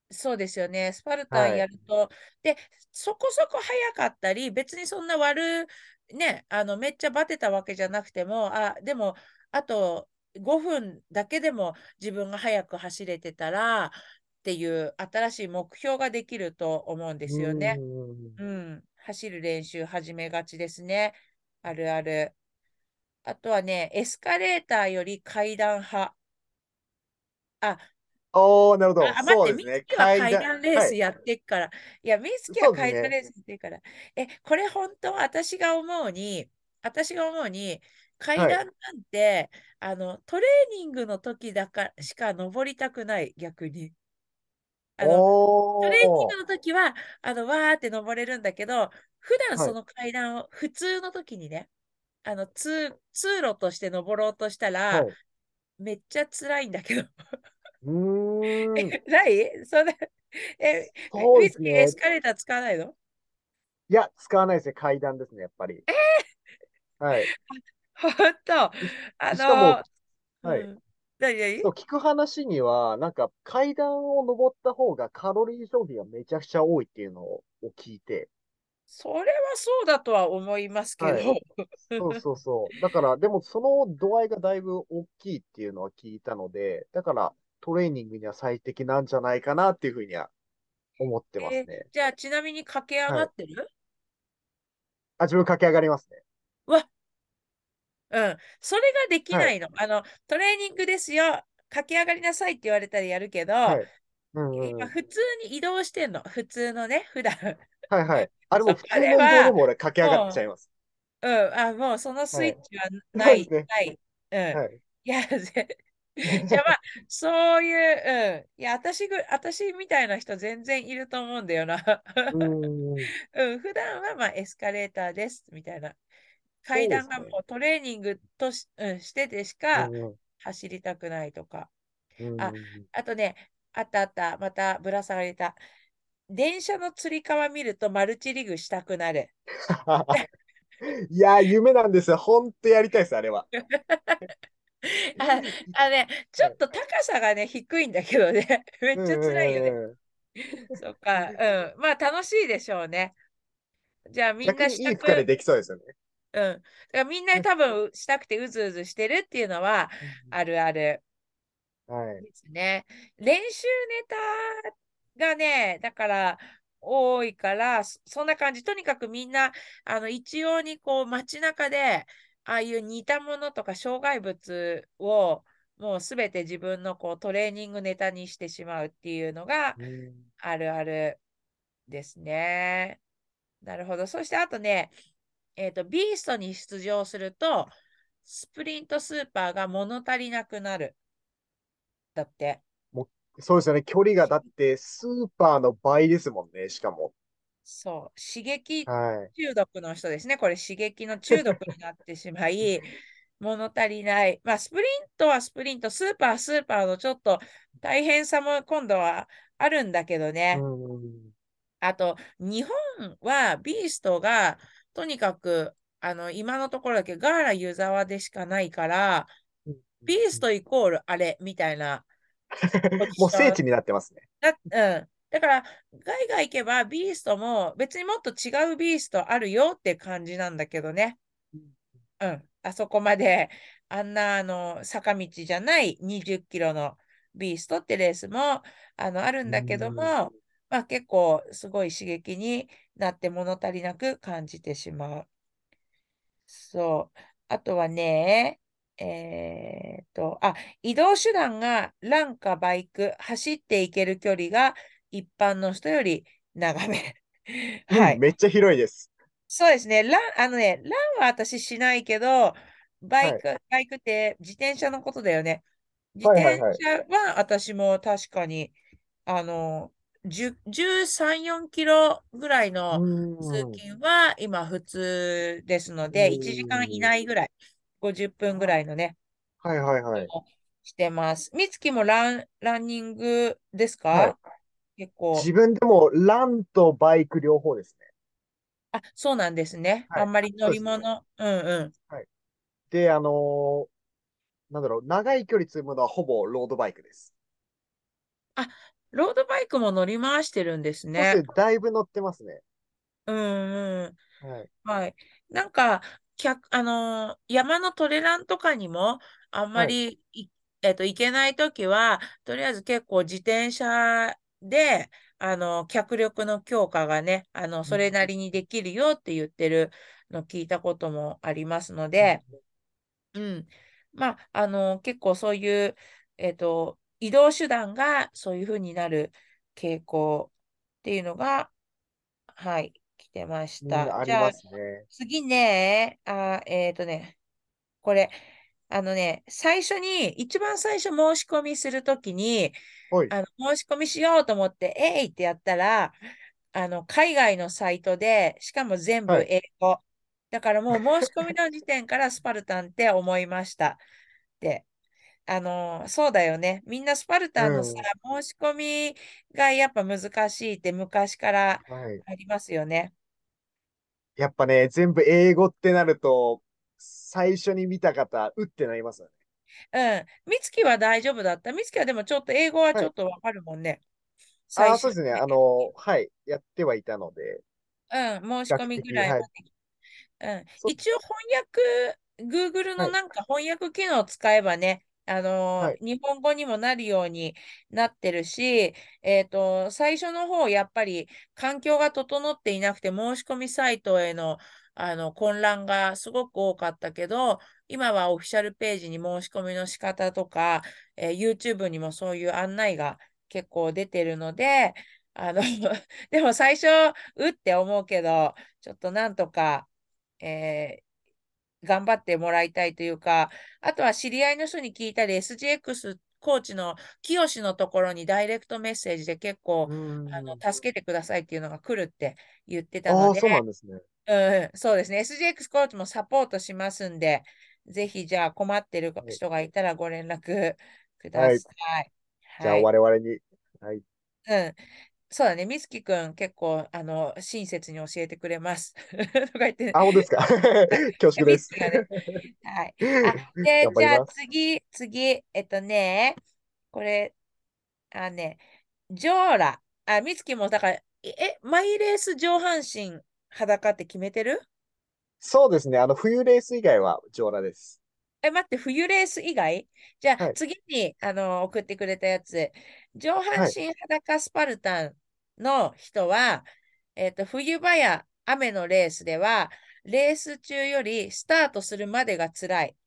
そうですよね。スパルタンはい。 やると、で、そこそこ早かったり、別にそんな悪、ね、あの、めっちゃバテたわけじゃなくても、あ、でも、あとごふんだけでも自分が早く走れてたらっていう新しい目標ができると思うんでうすよね。 ーん。 うん。走る練習始めがちですね。あるある。あとはね、エスカレーターより階段派。あ、 おー、なるほど。 あ、待って、 そうですね。 ミツキは階段。 階段レーはい。 スやってっから。いや、ミツキはそうですね。 階段レースやってっから。え、これ本当、私が思うに、私が思うに、階はい。 段なんて、あの、トレーニングの時だからしか登りたくない、逆に。あの、トレーニンおー。 グの時は、あの、わーって登れるんだけど、普段はい。 その階段を、普通の時にね、あの、通、通路として登ろうとしたら、 はい。 めっちゃ辛いんだけど。 うーん。 ないそんな、え、 そうでウィスキーエすね。 スカレーター使わないの？ いや、使わないですね。階段ですね、やっぱり。はい。 ほんと、あでしかも、 の、 はい。 うん。なになに？ そう、聞く話には、なんか階段を登った方がカロリー消費がめちゃくちゃ多いっていうのを聞いて、 それはそうだとは思いますけど。 はい。そうそうそう。だから、でもその度合いがだいぶ大きいっていうのは聞いたので、だからトレーニングには最適なんじゃないかなっていうふうには思ってまえーすね。 じゃあ、ちなみに駆け上はい。 がってる？ あ、自分駆け上がりますね。 わ、うん。それができはい。 ないの。あの、トレーニングですよ。駆け上がりなさいって言われたらやるけど、 はい。うんうんう今、 ん。 普通に移動してんの。普通のね、普段。 はいはい。あれもそこ普通の移動ででは、 も俺駆け上がっちゃもいます。 う、うん、あ、もうそのスはい。 イッチはない、 そうですね。 ない。うん。 はい。 いや、ぜじゃあまあ、そういう、うん。いや、私ぐ、私みたいな人全然いると思うんだよな。 うーん。 うん、普段はまあエスカレーターです、みたいな。階段がもそうですね。 うトレーニングとし、うん、してでしかうんうん。 走りたくないとか。 うあ、 ん。 あとね、あったあった、またぶら下がれた。電車のつり革見るとマルチリグしたくなる。 いやー、夢なんですよ。ほんとやりたいです、あれは。 あ、あね、ちょはい。 っと高さがね、低いんだけどね、めっうんちゃ辛いよね。 うんうん。 そっか、うん。まあ楽しいでしょうね。じゃあみんな逆にいいしたく、 負荷でできそうですよね。 うん。だからみんな多分したくてうずうずしてるっていうのはうんあるあるはい。 ですね。練習ネタがね、だから多いから、そそんな感じ。とにかくみんな、あの、一様にこう街中で、ああいう似たものとか障害物をもうすべて自分のこうトレーニングネタにしてしまうっていうのがうんあるあるですね。なるほど。そしてあとね、えっと、ビーストに出場すると、スプリントスーパーが物足りなくなる。だって。 もう、そうですよね。距離がだってスーパーの倍ですもんね、しかも。 そう、刺激はい。 中毒の人ですね。これ刺激の中毒になってしまい、物足りない。まあ、スプリントはスプリント、スーパー、スーパーのちょっと大変さも今度はあるんだけどうね。 ん。 あと、日本はビーストがとにかく、あの、今のところだけガーラ湯沢でしかないから、 うんビーストイコールあれみたいなポジションもう聖地になってますね。 だ、うん。だから、ガイガ行けばビーストも別にもっと違うビーストあるよって感じなんだけどね。 うんうん。あそこまで、あんな、あの、坂道じゃないにじゅっキロのビーストってレースも、あの、あるんうだけどん。 も、まあ結構すごい刺激になって物足りなく感じてしまう。そう。あとはね、えーっと、あ、移動手段がランかバイク、走っていける距離が一般の人より長め。 うん、 はい。 めっちゃ広いです。 そうですね。ラン、あのね、ランは私しないけど、バはい。 イク、バイクって自転車のことだよね。自転はいはいはい。 車は私も確かに、あの、じゅう、じゅうさん、よんキロぐらいうの通ん。う勤は今普通ですので、いちじかん以ん。 内ぐらい、ごじゅっぷんぐらいのね、 はいはいはい。 してます。みつきもラン、ランニングですはい。 か？結構。 自分でもランとバイク両方ですね。 あ、そうなんですね。 はい。 あんまり乗そうですね。 り物。うんうん。 はい。で、あのーなんだろう、長い距離積むのはほぼロードバイクです。 あ、 ロードバイクも乗り回してるんですね。 そうですね、だいぶ乗ってますね。 うんうん。 はい。 はい。なんか、客、あのー山のトレランとかにも、あんまはい。 りい、えっと、行けないときは、とりあえず結構自転車で、あの、脚力の強化がね、あの、 うん。 それなりにできるよって言ってるの聞いたこともありますので、うん。まあ、あの、結構そういう、えっと、移動手段がそういうふうになる傾向っていうのが、はい、来てましうん、 た。 ありまじゃあ、 すね。 次ね、あ、えっとね、これ、あのね、最初に、一番最初申し込みするときに、 はい。 あの、申し込みしようと思って、えいってやったら、あの、海外のサイトで、しかも全部はい。 英語。だからもう申し込みの時点からスパルタンって思いました。で、あの、そうだよね。みんなスパルうタンのさ、 ん。 申し込みがやっぱ難しいって昔からはい。 ありますよね。 やっぱね、全部英語ってなると、最初に見た方、うってなりますよね。 うん。美月は大丈夫だった。美月はでもちょっと英語はちはい。 ょっとわかるもんね。最ああ、 初そうですね。あに見たとき。 の、はい。やってはいたので、 うん。申比し込みぐ較的、はい。 らいまで。うん。 そ、 一応翻訳、Google のはい。 なんか翻訳機能を使えばね、あのはい。 ー日本語にもなるようになってるし、えっと、最初の方、やっぱり環境が整っていなくて、申し込みサイトへの、あの混乱がすごく多かったけど、今はオフィシャルページに申し込みの仕方とか、えー YouTube にもそういう案内が結構出てるので、あのでも最初、うって思うけど、ちょっとなんとか、えー頑張ってもらいたいというか、あとは知り合いの人に聞いたり、エスジーエックス コーチの清のところにダイレクトメッセージで結構うーん。 あの助けてくださいっていうのが来るって言ってたのああ、 で、 そうなんですね。 うん、そうですね。エスジーエックス コーチもサポートしますんで、ぜひじゃあ困ってるはい。 人がいたらご連絡くだはい。 さい。 じゃあ、 はい。 我々に。はい。 うん。そうだね。みつきくん結構あの親切に教えてくれます。とか言って、 あ、本当ですか？恐縮です。 みつきがね、はい。あ、で、 頑張じゃあります。 次、次、えっとね、これ、あね、ジョーラ。あ、みつきも、だから、え、マイレース上半身裸って決めてる？ そうですね。あの、冬レース以外は上裸です。 え、待って、冬レース以外？じゃあ、 はい。 次に、あの、送ってくれたやつ。上半はい。 身裸スパルタンの人は、えっと、冬場や雨のレースでは、レース中よりスタートするまでが辛い。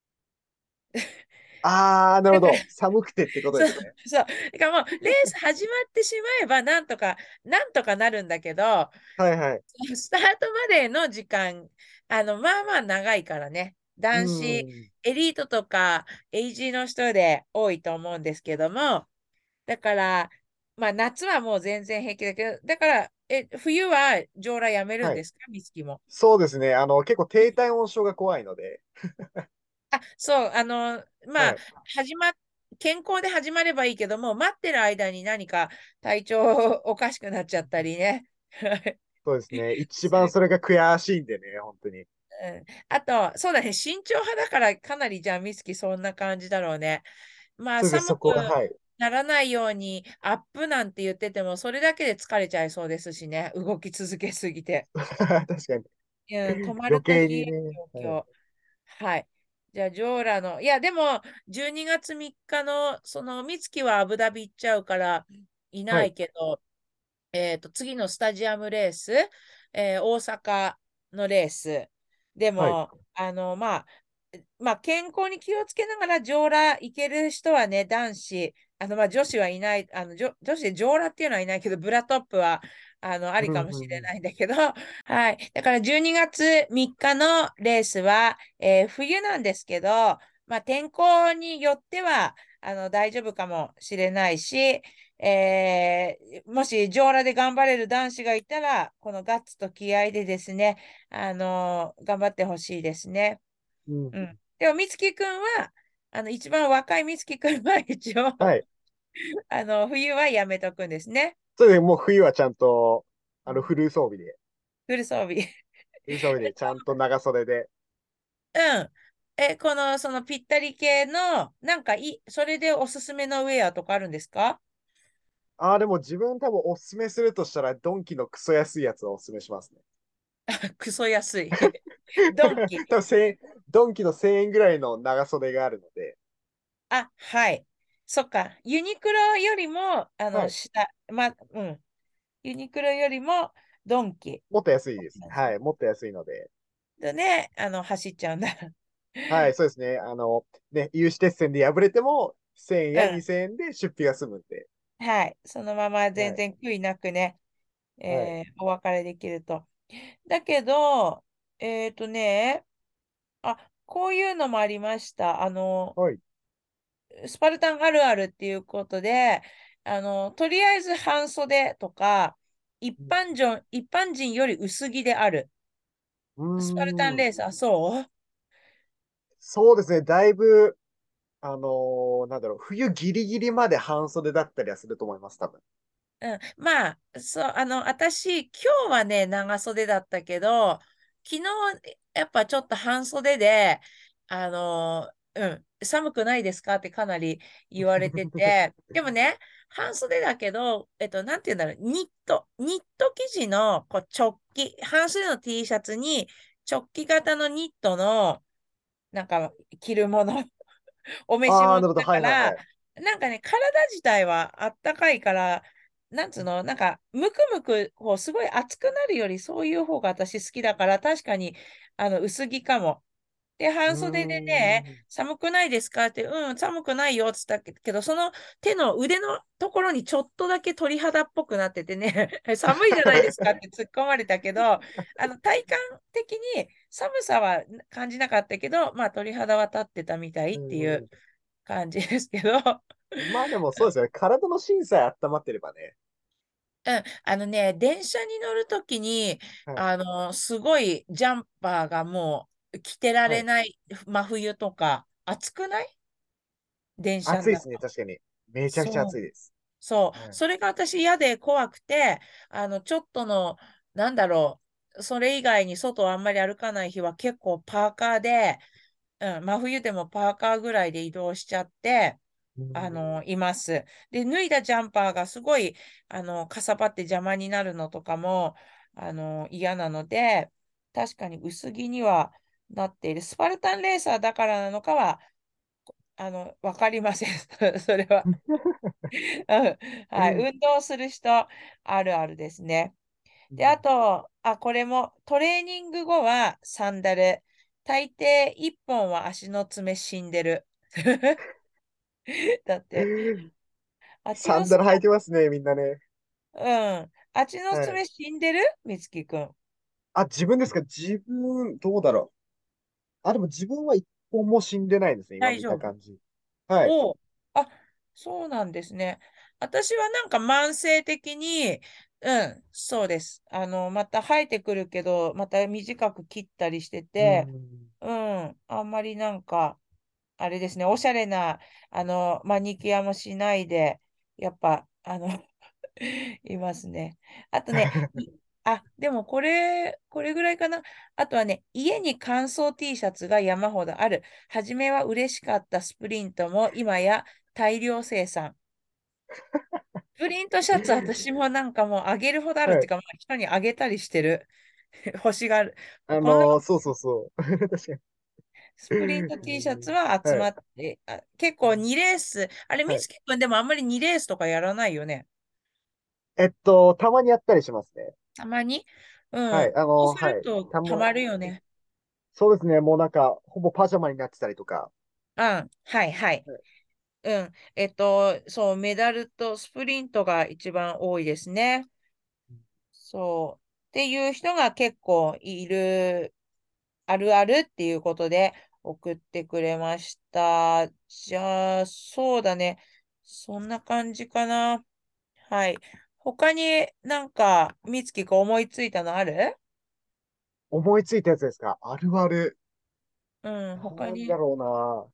あー、なるだから、 ほど。寒くてってことそう、 ですね。 そう。だからもう、レース始まってしまえば、なんとか、なんとかなるんだけど、 はいはい。 スタートまでの時間、あの、まあまあ長いからね。 う男子、 ーん。 エリートとか、エイジーの人で多いと思うんですけども、だから、まあ夏はもう全然平気だけど、だから、え、冬は上裸やめるんはい。 ですか、ミスキも？ そうですね。あの、結構低体温症が怖いので。 あ、そう、あの、まあ、 はい。 始ま、健康で始まればいいけども、待ってる間に何か体調おかしくなっちゃったりね。 そうですね。一する。 番それが悔しいんでね、本当に。 うん、あと、そうだね、慎重派だからかなりじゃあミスキそんな感じだろうね。まあ、 そうですね。 寒くそこは、はい。 ならないようにアップなんて言ってても、それだけで疲れちゃいそうですしね、動き続けすぎて。 確かに。 うん、止まる余と冷える計にね。はい。 状況。はい。じゃあ、ジョーラの、いや、でも、じゅうにがつみっかの、その、美月はアブダビ行っちゃうから、いなはい。 いけど、えっと、次のスタジアムレース、えー大阪のレース。ではい。 も、あの、まあ、まあ、健康に気をつけながら上裸行ける人はね、男子、あの、まあ、女子はいない、あの、女、女子で上裸っていうのはいないけど、ブラトップは、あの、ありうんかもしれうんうん。 ないんだけど、はい。だからじゅうにがつみっかのレースは、えー冬なんですけど、まあ、天候によっては、あの、大丈夫かもしれないし、えーもし上裸で頑張れる男子がいたら、このガッツと気合でですね、あの頑張ってほしいですね。 うん。 うん。でも、美月くんは、あの、一番若い美月くんは一応、 はい。 あの、冬はやめとくんですね。 それでもう冬はちゃんと、あの、 うん、 フル装備で、 フル装備。 フル装備で、ちゃんと長袖で。 うん。え、この、そのぴったり系の、なんかいい、それでおすすめのウェアとかあるんですか？ ああ、でも自分多分おすすめするとしたら、ドンキのクソ安いやつをおすすめしますね。 クソ安い。ドンキ。 多分せんえん、ドンキのせんえんぐらいの長袖があるので、 あ、はい。そっか。ユニクロよりも、あの、 はい。 下、ま、うん。ユニクロよりも、ドンキ。 もっと安いです。はい。もっと安いので。 でね、あの、走っちゃうんだ。 はい、そうですね。あの、ね、有刺鉄線で破れても、せんえんやうん。 にせんえんで出費が済むんで。 はい。そのままはい。 全然悔いなくね、 はい。 えーお別れできると。だけど、えっとね、あ、こういうのもありました。あの、 はい。 スパルタンあるあるっていうことで、あの、とりあえず半袖とか、一般人、一般人より薄着である。 うスパルタンーん。 レース、あ、そうそうですね。だいぶ、あのーなんだろう、冬ギリギリまで半袖だったりはすると思います、多分。 うん、まあ、そう、あの、私、今日はね、長袖だったけど、昨日、やっぱちょっと半袖で、あの、うん、寒くないですかってかなり言われてて、でもね、半袖だけど、えっと、なんて言うんだろう、ニット、ニット生地のこう直帰、半袖の T シャツに直帰型のニットの、なんか、着るものお召しああ、 物なるほど。 だから、 はいはいはい。 なんかね、体自体はあったかいから、なんつうの、なんか、むくむく、こう、すごい熱くなるより、そういう方が私好きだから、確かに、あの、薄着かも。で、 うー半袖でね、 ん。 寒くないですかって、うん、寒くないよって言ったけど、その手の腕のところにちょっとだけ鳥肌っぽくなっててね、寒いじゃないですかって突っ込まれたけど、あの体感的に寒さは感じなかったけど、まあ鳥肌は立ってたみたいうっていうん。 感じですけど、 まあでもそうですよね。体の芯さえ温まってればね。 うん、あのね、電車に乗るときに、 はい。 あの、すごいジャンパーがもう着てらはい。 れない真冬とか、暑くない電車の中。 暑いですね、確かに。めちゃくちゃそう。 暑いです。 そう。 はい。 それが私嫌で怖くて、あの、ちょっとの、なんだろう、それ以外に外をあんまり歩かない日は結構パーカーで、うん、真冬でもパーカーぐらいで移動しちゃって、 うん。 あの、います。で、脱いだジャンパーがすごい、あの、かさばって邪魔になるのとかも、あの、嫌なので、確かに薄着にはなっている。スパルタンレーサーだからなのかは、あの、わかりません。それは。うんはい。運動する人、あるあるですね。で、あと、あ、これも、トレーニング後はサンダル。大抵いっぽんは足の爪死んでる。だって、あっちの爪、 サンダル履いてますね、みんなね。 うん。あっちのはい。 爪死んでるみつきくん。 あ、自分ですか？自分、どうだろう。あ、でも自分は一本も死んでないですね、今見大丈夫。 た感じ。はい。 おう。あ、そうなんですね。私はなんか慢性的に、うん、そうです。あの、また生えてくるけど、また短く切ったりしてうて、 ん。 うん、あんまりなんか、あれですね、おしゃれな、あの、マニキュアもしないで、やっぱ、あのいますね。あとね、いあ、でもこれ、これぐらいかな。あとはね、家に乾燥 T シャツが山ほどある。初めは嬉しかったスプリントも今や大量生産。スプリントシャツ私もなんかもうあげるほどあるっはい。 ていうか、まあ、人にあげたりしてる。欲しがる。 あこんなのーそうそうそう。確かに。 スプリント T シャツは集はい。 まって、あ、結構にレース、あれ、みはい。 つきくんでもあんまりにレースとかやらないよね。 えっと、たまにやったりしますね。 たまに。うん。 はい。あそうのーはい。 するとたま、 たまるよね。 そうですね。もうなんか、ほぼパジャマになってたりとか。 うん。はいはい。 はい。 うん。えっと、そう、メダルとスプリントが一番多いですね。そう。っていう人が結構いる、あるあるっていうことで送ってくれました。じゃあ、そうだね。そんな感じかな。はい。他になんか、みつきくん思いついたのある思いついたやつですか？あるある。 うん、他に。 なんだろうな。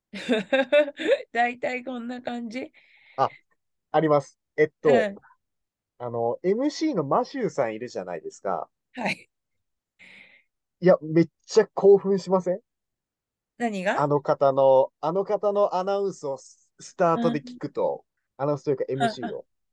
大体こんな感じ。 あ、あります。えっと、 うん。 あの、エムシー のマシューさんいるじゃないですか。 はい。 いや、めっちゃ興奮しません？ 何があの方の、あの方のアナウンスをススタートで聞うん、 くと、アナウンスというかうん、 エムシー を。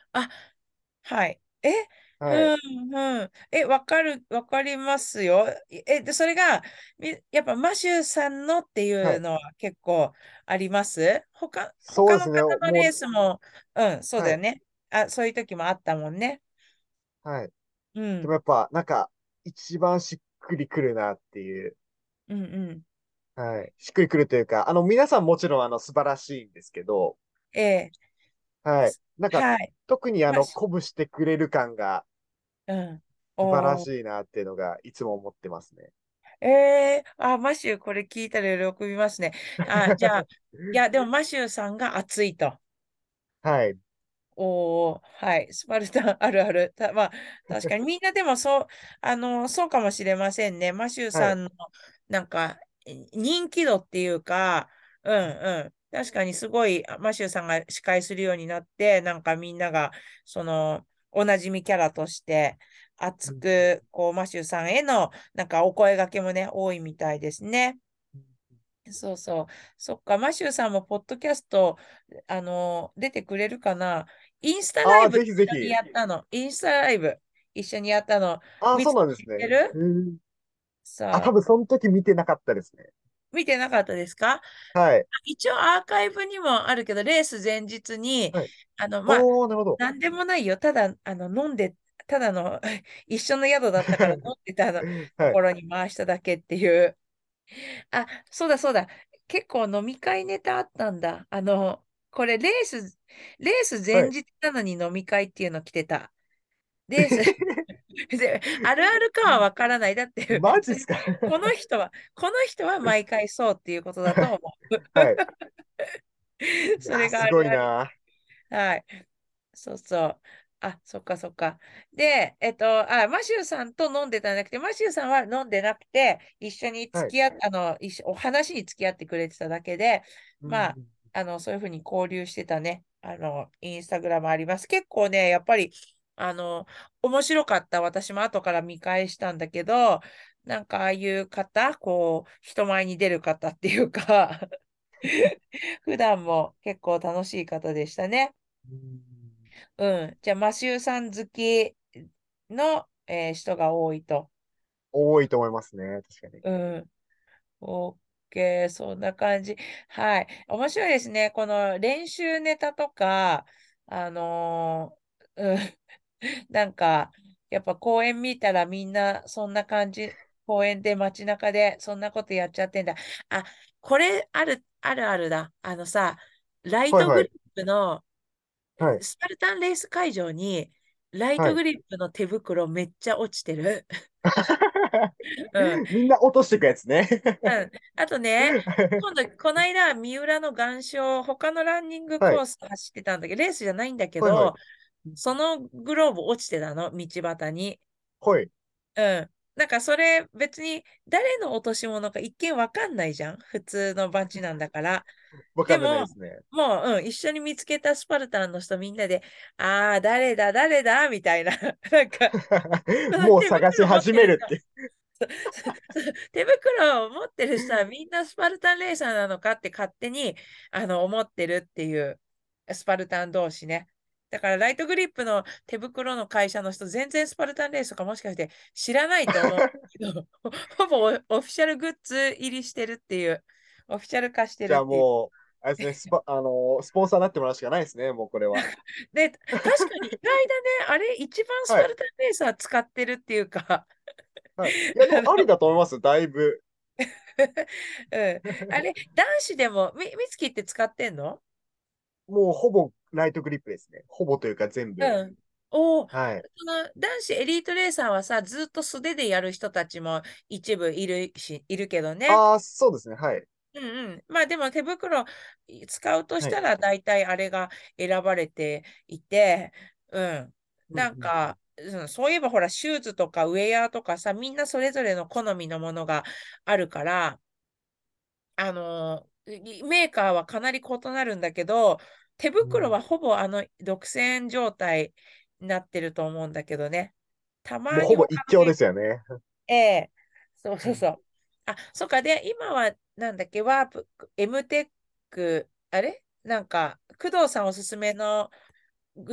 あ、はい。え、 はい。 うん、うん。え、わかる、わかりますよ。え、で、それが、みやっぱマシューさんのっていはい。 うのは結構あります他、他のそうですね。もう、 方のレースも、うん、そうだはい。 よね。あ、そういう時もあったもんね。 はい。 うん、 でもやっぱ、なんか、一番しっくりくるなっていう。 うん、うん。 はい。しっくりくるというか、あの、皆さんもちろん、あの、素晴らしいんですけど、 ええ、 はい。なんか、 はい。 特にあの、 マシ鼓舞してくれる感がュ、うん。 素晴らおー。 しいなっていうのが、いつも思ってますね。 ええ、あ、マシュー、これ聞いたら喜びますね。あ、じゃあ、いや、でもマシューさんが熱いと。 はい。 おー、はい。スパルタンあるある。た、まあ、確かにみんなでもそう、あの、そうかもしれませんね。マシューはい。 さんの、なんか、え人気度っていうか、うんうん。確かにすごい、あマシューさんが司会するようになって、なんかみんなが、その、おなじみキャラとして、熱く、こう、マシューさんへの、なんかお声掛けもね、多いみたいですね。そうそう。そっか、マシューさんもポッドキャスト、あの、出てくれるかな。インスタラああ、 イブぜひぜひ。 一緒にやったの。インスタライブ一緒にやったの。 ああ、そう見つなんですね。 けてるうん。あ、多さあ、 分その時見てなかったですね。 見てなかったですか？ はい。 一応アーカイブにもあるけど、レース前日に、 はい。 あの、まあ、 おー、なるほど。 なんでもないよ。ただ、あの、飲んで、ただの一緒の宿だったから飲んでたのとはい。 ころに回しただけっていう。あ、そうだそうだ。結構飲み会ネタあったんだ。あの、これレース、レース前はい。 日なのに飲み会っていうの来てた。レースで、あるあるかはわからない。だって、それマジっすか？ この人は、この人は毎回そうっていうことだと思う。 はい。いやー、 それがすあるある。 ごいなはい。そうそう。あ、そっかそっか。で、えっと、あ、マシューさんと飲んでたんじゃなくて、マシューさんは飲んでなくて、一緒にー。はい。 付き合っ、あの、一緒、お話に付き合ってくれてただけで、まあ、 うん。 あの、そういうふうに交流してたね、あの、インスタグラムあります。結構ね、やっぱり、あの、面白かった。私も後から見返したんだけど、なんかああいう方、こう、人前に出る方っていうか普段も結構楽しい方でしたね。 うんうん。じゃあ、マシューさん好きの、えー人が多いと。 多いと思いますね。確かに。 うん。オッケー、そんな感じ。はい。面白いですね。この練習ネタとか、あのーうん、なんか、やっぱ公園見たらみんなそんな感じ。公園で街中でそんなことやっちゃってんだ。あ、これある、あるあるだ。あのさ、ライはいはい。 トグリップのはい。 スパルタンレース会場に、ライはい。 トグリップの手袋めっちゃ落ちてる。うん。 みんな落としていくやつね。 うん。あとね、今度、この間、三浦の岩礁、他のランニングはい。 コース走ってたんだけど、レースじゃないんだけはいはい。 ど、そのグローブ落ちてたの、道端に。 はい。 うん。なんかそれ別に誰の落とし物か一見わかんないじゃん。普通のバッジなんだから。 わかんないででも、 すね。 もう、うん、一緒に見つけたスパルタンの人みんなで、ああ、誰だ、誰だみたいな。なんか、そのもう手探し袋持ってる人、 始めるって。 手袋を持ってる人はみんなスパルタンレーサーなのかって勝手にあの思ってるっていうスパルタン同士ね。だからライトグリップの手袋の会社の人全然スパルタンレースとかもしかして知らないと思うけど、ほぼオオフィシャルグッズ入りしてるっていう、オフィシャル化してじゃあるっていう。 もう、あれですね、スパ、あのースポンサーになってもらうしかないですね、もうこれは。 で、確かに意外だね。あれ一番スはい。 パルタンレーサー使ってるっていうか、 はい。いや、であのもありだと思います、だいぶ。 うん、あれ男子でもみ、みつきって使ってんの？ もうほぼライトグリップですね。ほぼというか全部。 うん。おお、 はい。 その男子エリートレーサーはさ、ずっと素手でやる人たちも一部いるし、いるけどね。 ああ、そうですね。はい。 うんうん。まあでも手袋使うとしはい。 たら大体あれが選ばれていて、うん。 うんうんうん。 なんか、うん、そういえばほら、シューズとかウェアとかさ、みんなそれぞれの好みのものがあるから、あの、いメーカーはかなり異なるんだけど、手袋うんはほぼあの独占状態になってると思うんだけどね。たまにもうほぼ他のメーカ一強ですよね。 ー、ええ、そううんそうそう。あ、そっか。で、今はなんだっけ、ワープ、エムテック、あれなんか、工藤さんおすすめのグリップ、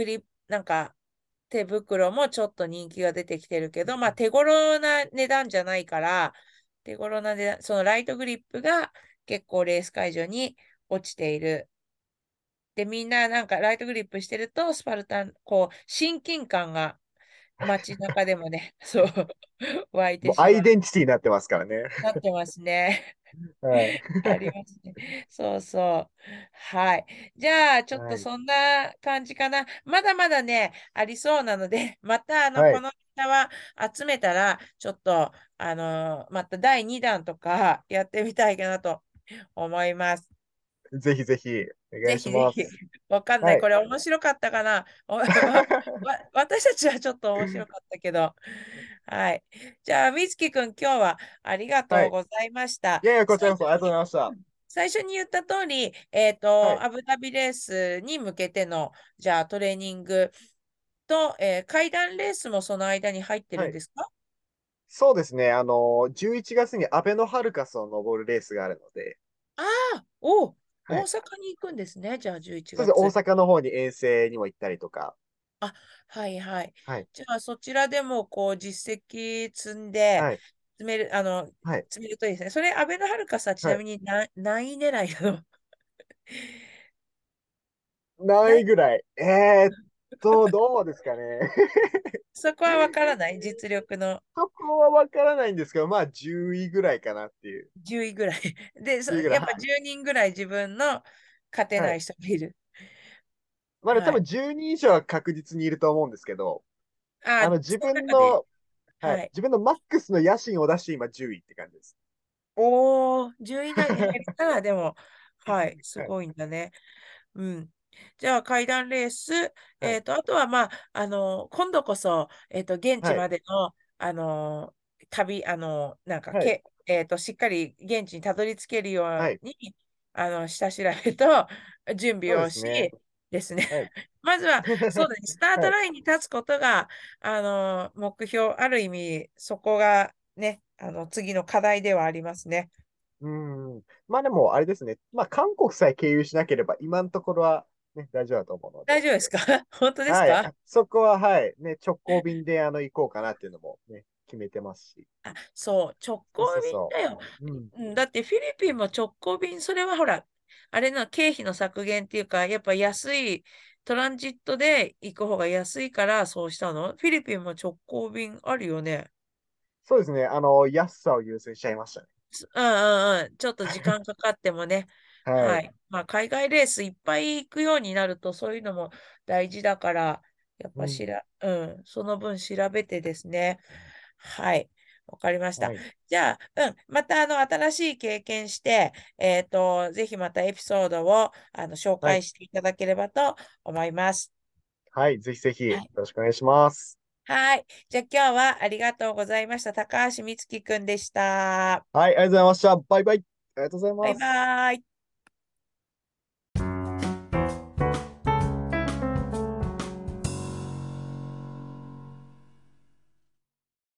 なんか手袋もちょっと人気が出てきてるけど、まあ手頃な値段じゃないから、手頃な値段、そのライトグリップが結構レース会場に落ちている。で、みんななんかライトグリップしてると、スパルタン、こう、親近感が街中でもね、そう、湧いてもうアしまう。 イデンティティになってますからね。 なってますね。 はい。 ありますね。そうそう。はい。じゃあ、ちょっはい。 とそんな感じかな。まだまだね、ありそうなので、また、あの、 はい。 このネタは集めたら、ちょっと、あの、まただいにだんとかやってみたいかなと思います。 ぜひぜひ、お願いしぜひぜひ。 ます。 わかんない。 はい。 これ面白かったかな。おわわ私たちはちょっと面白かったけど。はい。じゃあ、みつきくん、今日はありがとうはい。 ございました。 いやいや、こち最初らこそありがとうございに、 ました。 最初に言った通り、えっと、 はい。 アブダビレースに向けての、じゃあ、トレーニングと、えー階段レースもその間に入ってはい。 るんですか？ そうですね。あの、じゅういちがつにアベノハルカスを登るレースがあるので、 ああ、お、大はい。 阪に行くんですね。じゃあ、11 そうですね。大月。 阪の方に遠征にも行ったりとか、 あ、はいはい。 はい。 じゃあ、そちらでも、こう、実績積んで、 はい。 積める、あの、 はい。 積めるといいですね。それ、アベノハルカスはちはい。 なみに何、何位狙いなの？ 何位何ぐらいえーっと、どうですかね。 そこはわからない。実力のそこはわからないんですけど、まあじゅういぐらいかなっていう。 じゅういぐらい。で、そじゅういぐらい。 やっぱはじゅうにんぐらい自分の勝てはい。 ない人がいる。 まあね、多はい。 分じゅうにん以上は確実にいると思うんですけど、 あ、 あの自その中で、 分の、はい。 はい。 自分のマックスの野心を出して今じゅういって感じです。 おー、じゅういだ入ったら、でも、はい、すはい。 ごいんだね。うん。じゃあ、階段レース、 はい。 えっと、あとは、まあ、あの、今度こそ、えっと、現地はい。 までの、あの、旅、あの、なんか、 はい。 け、えっと、しっかり現地にたどり着けるよはい。 うに、あの、下調べと準備そうでをしすね。 ですね。 はい。 まずは、そうだね、スタートはい。 ラインに立つことが、あの、目標、ある意味、そこがね、あの、次の課題ではありますね。 うん。まあでも、あれですね。まあ韓国さえ経由しなければ、今のところはね、大丈夫だと思うので。 大丈夫ですか？本当ですはい。 か？ そこは、はい。ね、直行便であの行こうかなっていうのもね、決めてますし。 あ、そう、直そう行そうそ便だよ。 う。うん。 うんだってフィリピンも直行便、それはほら、あれの経費の削減っていうか、やっぱ安い、トランジットで行く方が安いからそうしたの？フィリピンも直行便あるよね。 そうですね。あの、安さを優先しちゃいましたね。 すうんうんうん。ちょっと時間かかってもね。 はい。 はい。まあ、海外レースいっぱい行くようになると、そういうのも大事だから、やっうん。 ぱしら、うん、その分調べてですね。はい。わかりました。 はい。 じゃあ、うん、また、あの、新しい経験して、えっと、ぜひまたエピソードを、あの、紹はい。 介していただければと思います。 はい。ぜひぜひ、よはい。 ろしくお願いします。 はい。じゃあ、今日はありがとうございました。高橋美月くんでした。 はい。ありがとうございました。バイバイ。ありがとうございバイます。 バーイ。